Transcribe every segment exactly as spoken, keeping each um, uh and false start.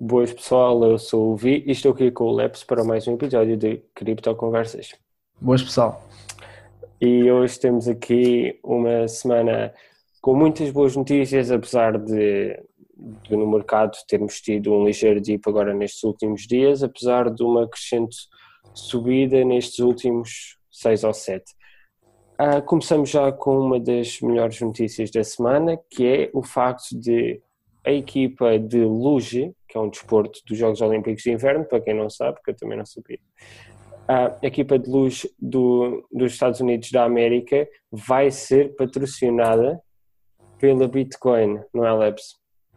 Boas pessoal, eu sou o Vi e estou aqui com o Leps para mais um episódio de Cripto Conversas. Boas, pessoal. E hoje temos aqui uma semana com muitas boas notícias, apesar de, de no mercado termos tido um ligeiro dip agora nestes últimos dias, apesar de uma crescente subida nestes últimos seis ou sete. Ah, começamos já com uma das melhores notícias da semana, que é o facto de a equipa de luge, que é um desporto dos Jogos Olímpicos de Inverno, para quem não sabe, porque eu também não sabia, a equipa de luge do, dos Estados Unidos da América vai ser patrocinada pela Bitcoin, não é, Labs?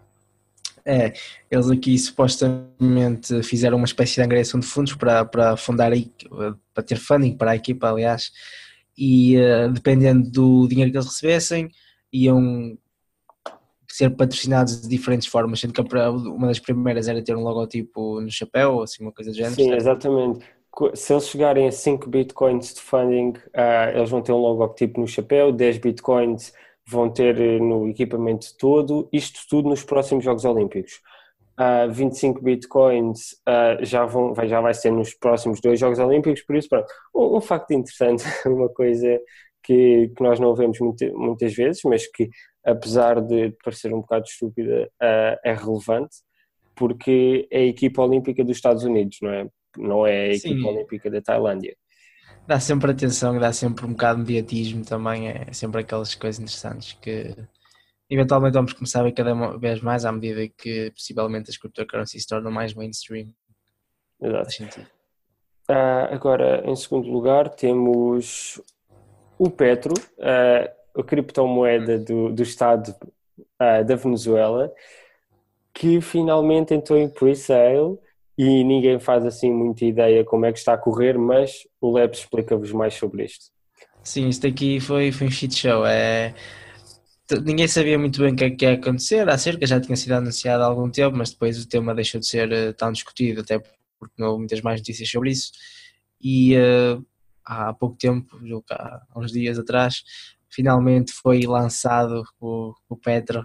É, eles aqui supostamente fizeram uma espécie de angariação de fundos para, para fundar, para ter funding para a equipa, aliás, e uh, dependendo do dinheiro que eles recebessem, iam ser patrocinados de diferentes formas, sendo que uma das primeiras era ter um logotipo no chapéu, ou assim, uma coisa do género. Sim, certo? exatamente. Se eles chegarem a cinco bitcoins de funding, uh, eles vão ter um logotipo no chapéu, dez bitcoins vão ter no equipamento todo, isto tudo nos próximos Jogos Olímpicos. Uh, vinte e cinco bitcoins uh, já, vão, vai, já vai ser nos próximos dois Jogos Olímpicos, por isso, pronto, um, um facto interessante, uma coisa que, que nós não vemos muito, muitas vezes, mas que, apesar de parecer um bocado estúpida, uh, é relevante, porque é a equipa olímpica dos Estados Unidos, não é? Não é a equipa Sim, olímpica da Tailândia. dá sempre atenção, dá sempre um bocado de mediatismo também, é sempre aquelas coisas interessantes que eventualmente vamos começar a ver cada vez mais à medida que possivelmente as cryptocurrencies se tornam mais mainstream. Exato. Faz sentido. Uh, agora, em segundo lugar, temos o Petro, uh, a criptomoeda do, do Estado uh, da Venezuela, que finalmente entrou em pre-sale e ninguém faz assim muita ideia como é que está a correr, mas o Lab explica-vos mais sobre isto. Sim, isto aqui foi, foi um shit show. É... Ninguém sabia muito bem o que é que ia acontecer acerca, já tinha sido anunciado há algum tempo, mas depois o tema deixou de ser uh, tão discutido, até porque não houve muitas mais notícias sobre isso. E uh, há pouco tempo, há uns dias atrás, finalmente foi lançado o, o Petro.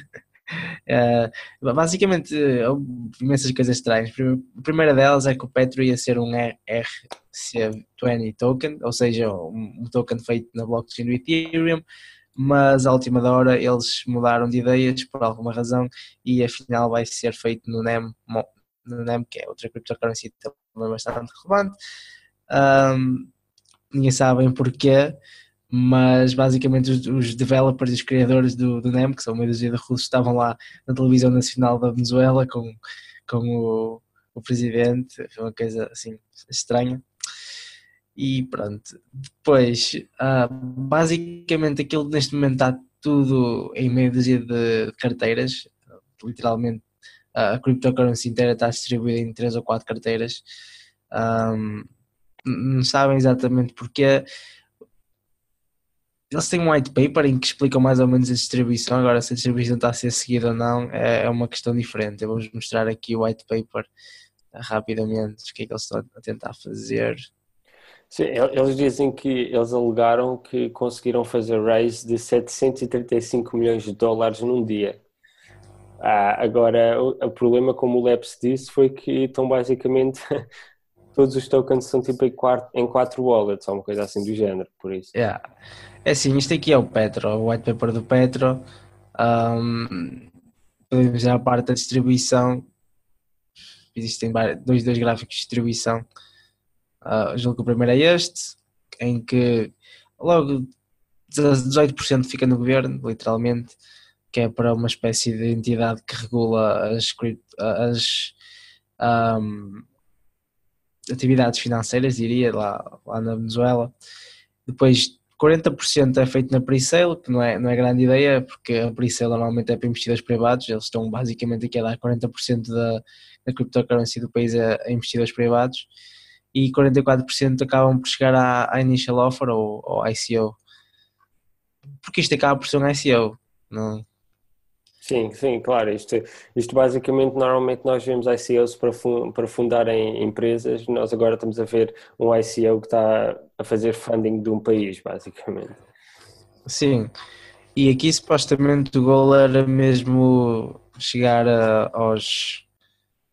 Uh, basicamente, houve imensas coisas estranhas. A primeira delas é que o Petro ia ser um R C vinte token, ou seja, um, um token feito na blockchain do Ethereum, mas à última hora eles mudaram de ideias por alguma razão e afinal vai ser feito no NEM, no NEM que é outra cryptocurrency também bastante relevante. Um, ninguém sabe porquê, mas basicamente os, os developers e os criadores do, do NEM, que são meio de russos, estavam lá na televisão nacional da Venezuela com, com o, o presidente, foi uma coisa assim estranha. E pronto, depois, uh, basicamente aquilo neste momento está tudo em meia dúzia de carteiras, literalmente uh, a cryptocurrency inteira está distribuída em três ou quatro carteiras, um, não sabem exatamente porquê. Eles têm um white paper em que explicam mais ou menos a distribuição, agora se a distribuição está a ser seguida ou não é, é uma questão diferente. Eu vou-vos mostrar aqui o white paper uh, rapidamente, o que é que eles estão a tentar fazer. Sim, eles dizem que eles alegaram que conseguiram fazer raise de setecentos e trinta e cinco milhões de dólares num dia. Ah, agora, o, o problema, como o Leps disse, foi que estão basicamente todos os tokens são tipo em quatro, em quatro wallets, ou uma coisa assim do género, por isso. Yeah. É assim, isto aqui é o Petro, o white paper do Petro. Um, podemos ver a parte da distribuição. Existem dois, dois gráficos de distribuição. Uh, julgo que o primeiro é este, em que logo dezoito por cento fica no governo, literalmente, que é para uma espécie de entidade que regula as, as um, atividades financeiras, diria, lá, lá na Venezuela. Depois quarenta por cento é feito na pre-sale, que não é, não é grande ideia, porque a pre-sale normalmente é para investidores privados, eles estão basicamente aqui a dar quarenta por cento da, da cryptocurrency do país a, a investidores privados, e quarenta e quatro por cento acabam por chegar à, à initial offer ou, ou I C O, porque isto acaba por ser um I C O, não? Sim, sim, claro. Isto, isto basicamente, normalmente nós vemos I C Os para, fun, para fundar em empresas, nós agora estamos a ver um I C O que está a fazer funding de um país, basicamente. Sim, e aqui supostamente o goal era mesmo chegar a, aos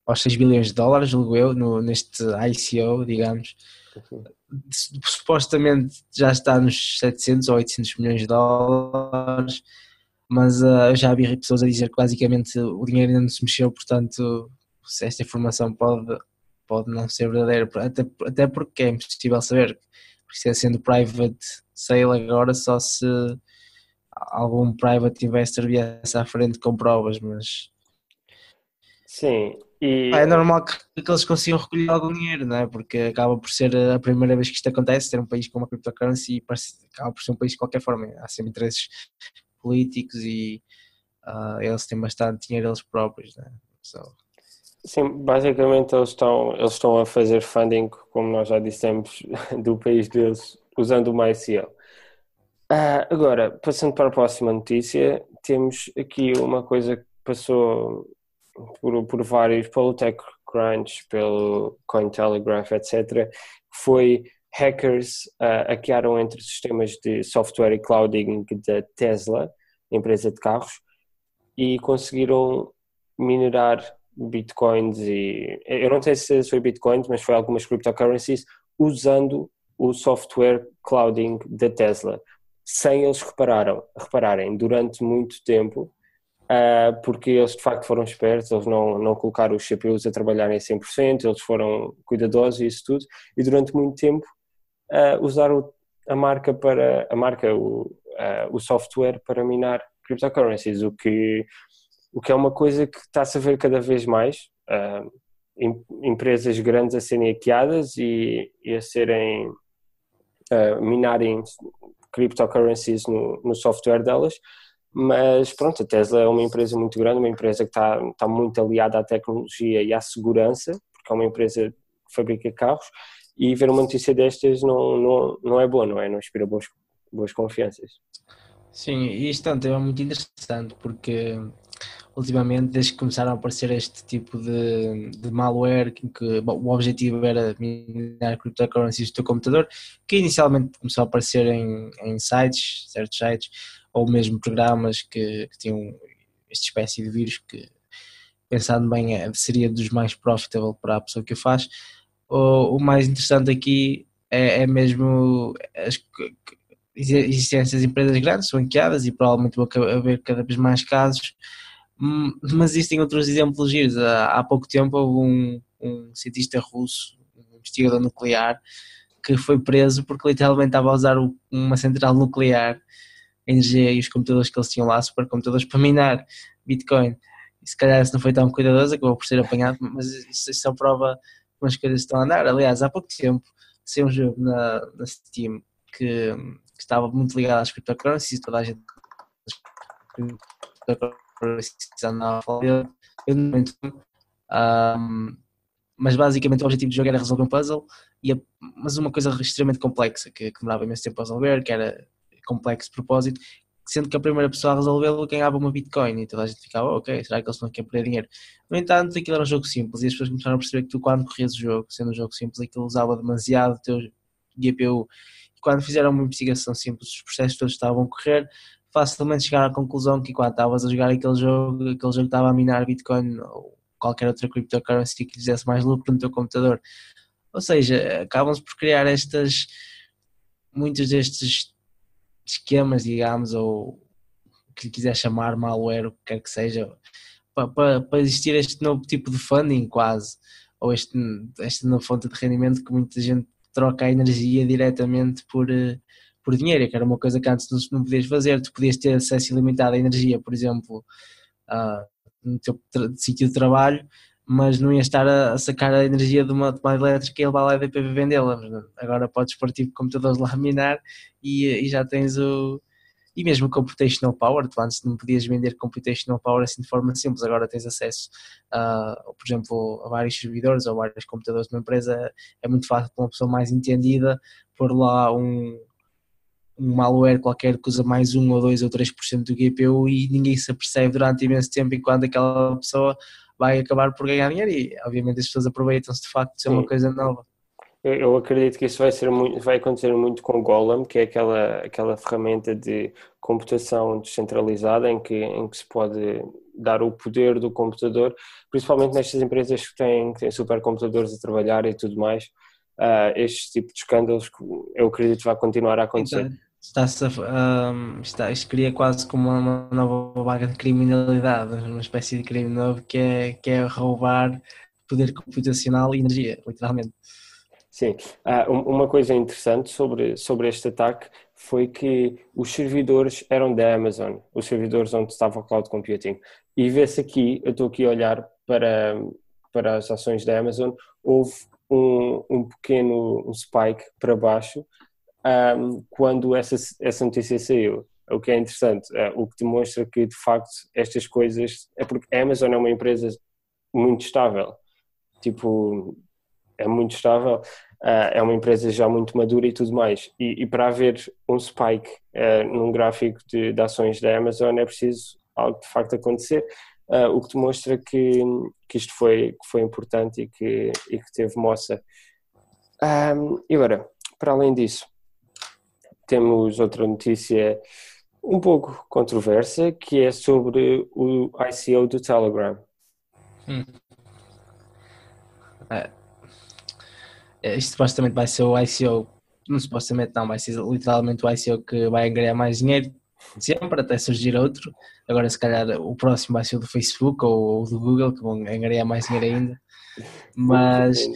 aos seis bilhões de dólares, julgo eu, no, neste I C O, digamos. Uhum. Supostamente já está nos setecentos ou oitocentos milhões de dólares, mas uh, eu já vi pessoas a dizer que basicamente o dinheiro ainda não se mexeu, portanto esta informação pode, pode não ser verdadeira, até, até porque é impossível saber, porque sendo private sale agora só se algum private investor viesse à frente com provas, mas Sim, e é normal que, que eles consigam recolher algum dinheiro, não é? Porque acaba por ser a primeira vez que isto acontece, ter um país com uma cryptocurrency e parece, acaba por ser um país de qualquer forma, há sempre interesses políticos e uh, eles têm bastante dinheiro eles próprios, não é? So, sim, basicamente eles estão, eles estão a fazer funding, como nós já dissemos, do país deles, usando o MyCL. Ah, agora, passando para a próxima notícia, temos aqui uma coisa que passou por, por vários, pelo TechCrunch, pelo Cointelegraph, etcétera, foi hackers uh, hackearam entre sistemas de software e clouding da Tesla, empresa de carros, e conseguiram minerar bitcoins e, eu não sei se foi bitcoins, mas foi algumas cryptocurrencies, usando o software clouding da Tesla, sem eles repararam, repararem durante muito tempo, uh, porque eles de facto foram espertos, eles não, não colocaram os C P Us a trabalharem a cem por cento, eles foram cuidadosos e isso tudo, e durante muito tempo uh, usaram a marca para, a marca, o, uh, o software para minar cryptocurrencies, o que, o que é uma coisa que está-se a ver cada vez mais, uh, em, empresas grandes a serem hackeadas e, e a serem, uh, minarem cryptocurrencies no, no software delas, mas pronto, a Tesla é uma empresa muito grande, uma empresa que está, está muito aliada à tecnologia e à segurança, porque é uma empresa que fabrica carros, e ver uma notícia destas não, não, não é boa, não é? Não inspira boas, boas confianças. sim, e isto é um tema muito interessante porque ultimamente, desde que começaram a aparecer este tipo de, de malware, em que bom, o objetivo era minar cryptocurrencies do teu computador, que inicialmente começou a aparecer em, em sites, certos sites, ou mesmo programas que, que tinham esta espécie de vírus que, pensando bem, seria dos mais profitable para a pessoa que o faz. O, o mais interessante aqui é, é mesmo as existem essas empresas grandes, são hackeadas e provavelmente vão haver cada vez mais casos. Mas existem outros exemplos giros. Há, há pouco tempo houve um, um cientista russo, um investigador nuclear, que foi preso porque literalmente estava a usar o, uma central nuclear, a energia e os computadores que eles tinham lá, supercomputadores, para minar Bitcoin. E se calhar se não foi tão cuidadoso, acabou por ser apanhado, mas isso só prova como as coisas estão a andar. Aliás, há pouco tempo saiu um jogo na, na Steam que, que estava muito ligado às cryptocurrencies, toda a gente andava a falar dele, eu não entendo, um, mas basicamente o objetivo do jogo era resolver um puzzle, e a, mas uma coisa extremamente complexa, que, que demorava imenso tempo a resolver, que era complexo de propósito, sendo que a primeira pessoa a resolvê-lo ganhava uma Bitcoin, e toda a gente ficava, ok, será que eles não querem perder dinheiro? No entanto, aquilo era um jogo simples, e as pessoas começaram a perceber que tu, quando corrias o jogo, sendo um jogo simples, aquilo usava demasiado o teu G P U, e quando fizeram uma investigação simples, os processos todos estavam a correr, facilmente chegaram à conclusão que quando estavas a jogar aquele jogo, aquele jogo estava a minar Bitcoin ou qualquer outra cryptocurrency que lhe desse mais lucro no teu computador. Ou seja, acabam-se por criar estas, muitos destes esquemas, digamos, ou o que lhe quiser chamar, malware, o que quer que seja, para, para, para existir este novo tipo de funding quase, ou este, esta nova fonte de rendimento que muita gente troca a energia diretamente por, por dinheiro, que era uma coisa que antes não, não podias fazer. Tu podias ter acesso ilimitado à energia, por exemplo, uh, no teu tra- sítio de trabalho, mas não ias estar a, a sacar a energia de uma tomada elétrica e levar lá e para vendê-la. Agora podes partir computadores lá a minar e, e já tens o... E mesmo computational power, tu antes não podias vender computational power assim de forma simples, agora tens acesso, a, por exemplo, a vários servidores ou vários computadores de uma empresa. É muito fácil para uma pessoa mais entendida pôr lá um, um malware qualquer que usa mais um ou dois ou três por cento do G P U e ninguém se apercebe durante imenso tempo, enquanto aquela pessoa vai acabar por ganhar dinheiro e obviamente as pessoas aproveitam-se de facto de ser uma coisa nova. Eu, eu acredito que isso vai, ser muito, vai acontecer muito com o Golem, que é aquela, aquela ferramenta de computação descentralizada em que, em que se pode dar o poder do computador, principalmente nestas empresas que têm, que têm supercomputadores a trabalhar e tudo mais. Uh, este tipo de escândalos eu acredito que vai continuar a acontecer. Então, está-se a, um, está, isto cria quase como uma nova vaga de criminalidade, uma espécie de crime novo que é, que é roubar poder computacional e energia, literalmente. Sim, uh, uma coisa interessante sobre, sobre este ataque foi que os servidores eram da Amazon, os servidores onde estava o cloud computing, e vê-se aqui, eu estou aqui a olhar para, para as ações da Amazon, houve um, um pequeno um spike para baixo um, quando essa, essa notícia saiu, o que é interessante, uh, o que demonstra que de facto estas coisas, é porque a Amazon é uma empresa muito estável, tipo, é muito estável, Uh, é uma empresa já muito madura e tudo mais, e, e para haver um spike uh, num gráfico de, de ações da Amazon é preciso algo de facto acontecer, uh, o que demonstra que, que isto foi, que foi importante e que, e que teve moça. Um, e agora, para além disso, temos outra notícia um pouco controversa, que é sobre o I C O do Telegram. Hum. É. Isto supostamente vai ser o I C O, não supostamente não, vai ser literalmente o I C O que vai ganhar mais dinheiro sempre até surgir outro. Agora se calhar o próximo vai ser o do Facebook ou o do Google, que vão ganhar mais dinheiro ainda, mas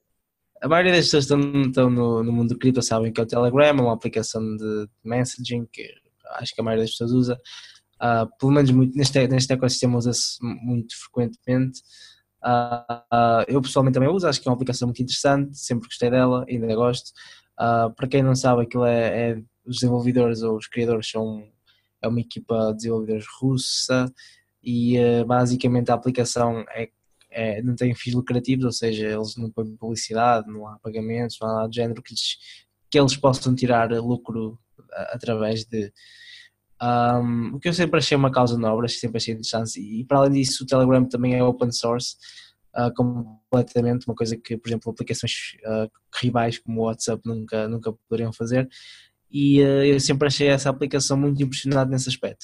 a maioria das pessoas que estão no, no mundo do cripto sabem que é o Telegram, é uma aplicação de messaging que acho que a maioria das pessoas usa, uh, pelo menos muito, neste, neste ecossistema usa-se muito frequentemente. Uh, uh, eu pessoalmente também uso, acho que é uma aplicação muito interessante, sempre gostei dela, ainda gosto. Uh, para quem não sabe, aquilo é, é os desenvolvedores ou os criadores são é uma equipa de desenvolvedores russa e uh, basicamente a aplicação é, é, não tem fins lucrativos, ou seja, eles não põem publicidade, não há pagamentos, não há nada do género que, lhes, que eles possam tirar lucro através de. Um, o que eu sempre achei uma causa nobre, sempre achei interessante, e para além disso o Telegram também é open source, uh, completamente, uma coisa que, por exemplo, aplicações uh, rivais como o WhatsApp nunca, nunca poderiam fazer, e uh, eu sempre achei essa aplicação muito impressionante nesse aspecto.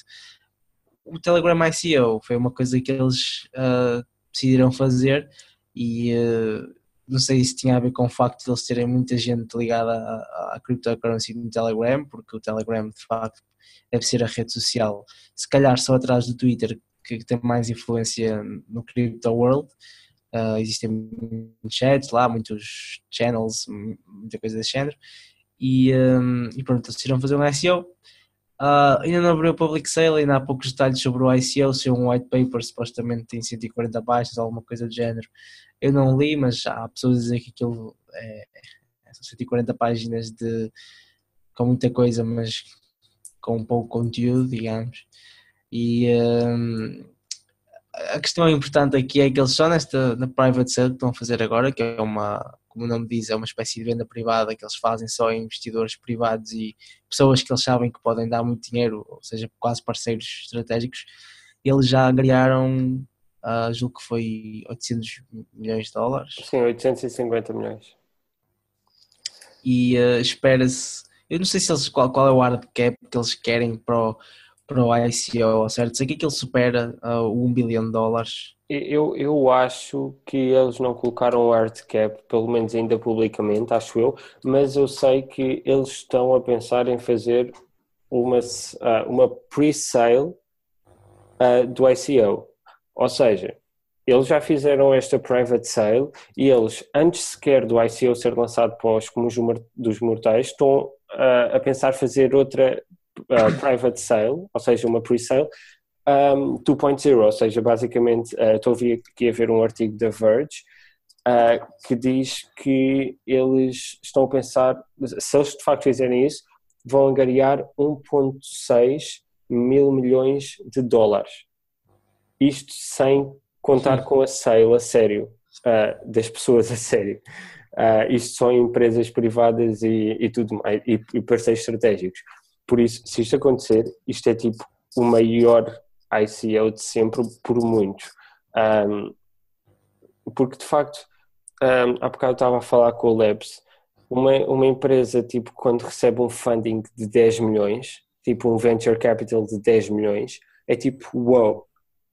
O Telegram I C O foi uma coisa que eles uh, decidiram fazer e uh, não sei se tinha a ver com o facto de eles terem muita gente ligada à, à cryptocurrency no Telegram, porque o Telegram de facto deve ser a rede social, se calhar só atrás do Twitter, que tem mais influência no crypto world. Uh, existem muitos chats lá, muitos channels, muita coisa desse género, e, um, e pronto, decidiram fazer um I C O. Uh, ainda não abriu o public sale, ainda há poucos detalhes sobre o I C O, se é um white paper, supostamente tem cento e quarenta páginas, alguma coisa do género. Eu não li, mas há pessoas a dizer que aquilo é, é cento e quarenta páginas de, com muita coisa, mas com pouco conteúdo, digamos. E um, a questão importante aqui é que eles só nesta na private sale que estão a fazer agora, que é uma, como o nome diz, é uma espécie de venda privada que eles fazem só a investidores privados e pessoas que eles sabem que podem dar muito dinheiro, ou seja, quase parceiros estratégicos. Eles já ganharam, uh, julgo que foi oitocentos milhões de dólares. Sim, oitocentos e cinquenta milhões. E uh, espera-se, eu não sei se eles, qual, qual é o hard cap que eles querem para o, para o I C O, certo? Sei que ele supera uh, o um bilhão de dólares. Eu, eu acho que eles não colocaram o hard cap, pelo menos ainda publicamente, acho eu, mas eu sei que eles estão a pensar em fazer uma, uh, uma pre-sale uh, do I C O. Ou seja, eles já fizeram esta private sale e eles, antes sequer do I C O ser lançado para os comuns dos mortais, estão uh, a pensar fazer outra uh, private sale, ou seja, uma pre-sale, um, dois ponto zero, ou seja, basicamente, uh, estou aqui a ver um artigo da Verge uh, que diz que eles estão a pensar, se eles de facto fizerem isso, vão angariar um vírgula seis mil milhões de dólares. Isto sem contar com a sale a sério, uh, das pessoas a sério. Uh, isto são empresas privadas e, e tudo mais, e, e parceiros estratégicos. Por isso, se isto acontecer, isto é tipo o maior I C O de sempre, por muito. Um, porque de facto, um, há bocado eu estava a falar com o Labs, uma, uma empresa tipo quando recebe um funding de dez milhões, tipo um venture capital de dez milhões, é tipo, wow,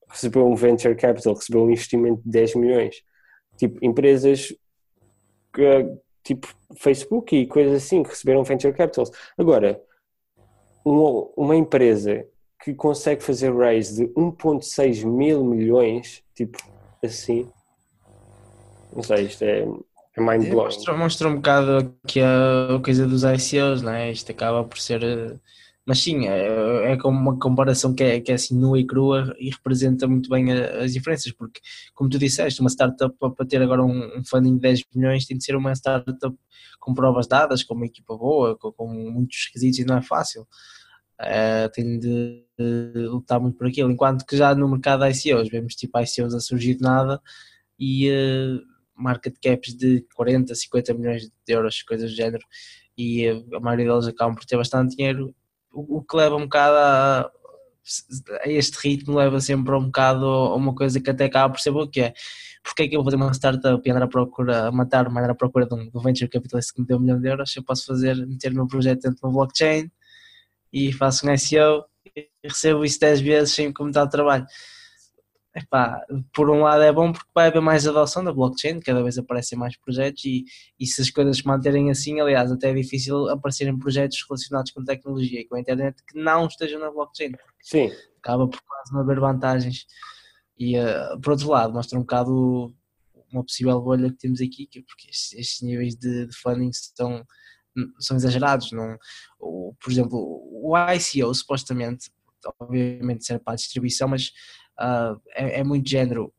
recebeu um venture capital, recebeu um investimento de dez milhões. Tipo, empresas que, tipo Facebook e coisas assim que receberam venture capitals. Agora, uma, uma empresa que consegue fazer raise de um vírgula seis mil milhões, tipo assim, não sei, isto é, é mind-blowing. Mostra, mostra um bocado aqui a, a coisa dos I C Os, não é? Isto acaba por ser... Mas sim, é, é como uma comparação que é, que é assim nua e crua e representa muito bem a, as diferenças, porque, como tu disseste, uma startup para ter agora um, um funding de dez milhões tem de ser uma startup com provas dadas, com uma equipa boa, com, com muitos requisitos e não é fácil. Uh, tem de, de lutar muito por aquilo, enquanto que já no mercado I C Os vemos tipo I C Os a surgir de nada e uh, market caps de quarenta, cinquenta milhões de euros, coisas do género, e uh, a maioria deles acabam por ter bastante dinheiro, o, o que leva um bocado a, a este ritmo, leva sempre um bocado a uma coisa que até acaba por ser boa, que é porque é que eu vou fazer uma startup e andar à procura, a matar-me, andar à procura de um, de um venture capitalist que me deu um milhão de euros, eu posso fazer, meter o meu projeto dentro de uma blockchain e faço um I C O e recebo isso dez vezes sem comentar o trabalho. Epá, por um lado é bom porque vai haver mais adoção da blockchain, cada vez aparecem mais projetos e, e se as coisas se manterem assim, aliás, até é difícil aparecerem projetos relacionados com tecnologia e com a internet que não estejam na blockchain. Sim. Acaba por quase não haver vantagens. E uh, por outro lado, mostra um bocado uma possível bolha que temos aqui, porque estes, estes níveis de, de funding são, são exagerados. Não? O, por exemplo, o I C O supostamente, obviamente serve para a distribuição, mas Uh, é, é muito género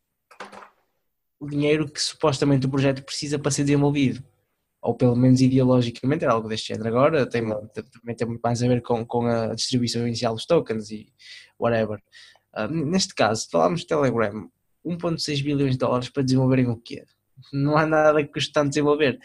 o dinheiro que supostamente o projeto precisa para ser desenvolvido, ou pelo menos ideologicamente era algo deste género. Agora tem, também tem muito mais a ver com, com a distribuição inicial dos tokens e whatever. Uh, neste caso, falámos de Telegram, um vírgula seis bilhões de dólares para desenvolverem o quê? Não há nada que custe tanto desenvolver.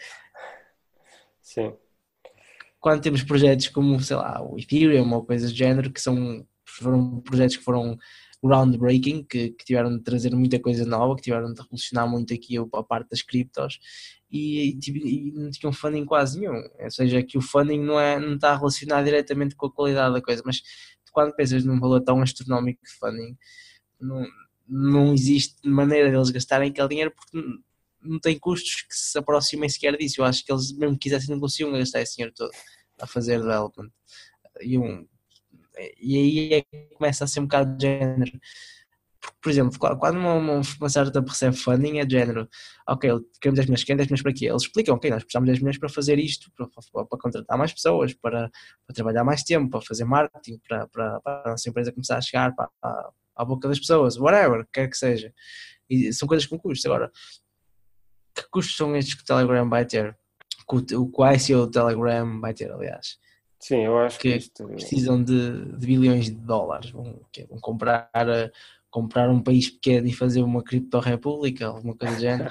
Sim. Quando temos projetos como, sei lá, o Ethereum ou coisas do género, que são, foram projetos que foram groundbreaking, que, que tiveram de trazer muita coisa nova, que tiveram de revolucionar muito aqui a, a parte das criptos e, e, e não tinham funding quase nenhum, ou seja, que o funding não, é, não está relacionado diretamente com a qualidade da coisa, mas quando pensas num valor tão astronómico de funding, não, não existe maneira deles gastarem aquele dinheiro porque não, não tem custos que se aproximem sequer disso. Eu acho que eles mesmo que quisessem não conseguiam gastar esse dinheiro todo a fazer development. E um E aí é que começa a ser um bocado de género. Porque, por exemplo, quando uma, uma startup recebe funding, é de género, ok, queremos dez milhões, queremos dez milhões para quê? Eles explicam, ok, nós precisamos de dez milhões para fazer isto, para, para, para contratar mais pessoas, para, para trabalhar mais tempo, para fazer marketing, para, para, para a nossa empresa começar a chegar para, para, à boca das pessoas, whatever, quer que seja. E são coisas com custos. Agora, que custos são estes que o Telegram vai ter? Que o, o I C O do Telegram vai ter, aliás? Sim, eu acho que, que isto... precisam de, de bilhões de dólares, vão, que vão comprar, comprar um país pequeno e fazer uma cripto-república, alguma coisa do género.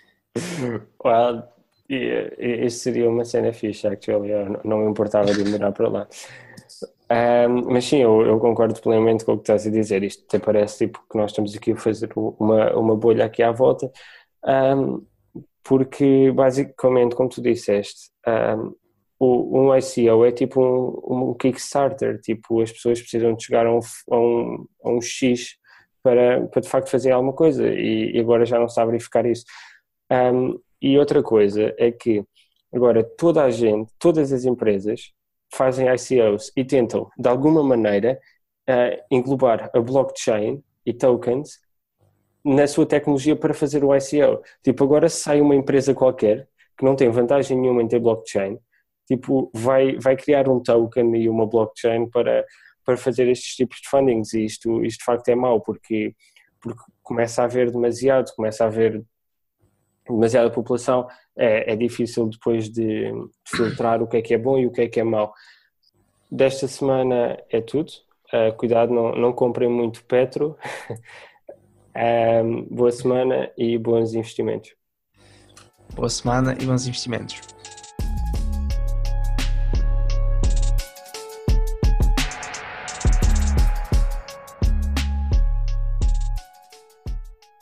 Well, isso seria uma cena fixe, actually, eu não me importava de morar para lá. Um, mas sim, eu, eu concordo plenamente com o que estás a dizer. Isto até parece tipo que nós estamos aqui a fazer uma, uma bolha aqui à volta, um, porque basicamente, como tu disseste, um, um I C O é tipo um, um Kickstarter, tipo as pessoas precisam de chegar a um, a um, a um X para, para de facto fazer alguma coisa e, e agora já não sabe verificar isso. Um, e outra coisa é que agora toda a gente, todas as empresas fazem I C Os e tentam de alguma maneira uh, englobar a blockchain e tokens na sua tecnologia para fazer o I C O. Tipo, agora se sai uma empresa qualquer que não tem vantagem nenhuma em ter blockchain, tipo, vai, vai criar um token e uma blockchain para, para fazer estes tipos de fundings e isto, isto de facto é mau porque, porque começa a haver demasiado, começa a haver demasiada população, é, é difícil depois de, de filtrar o que é que é bom e o que é que é mau. Desta semana é tudo, uh, cuidado, não, não comprem muito petro, um, boa semana e bons investimentos. Boa semana e bons investimentos.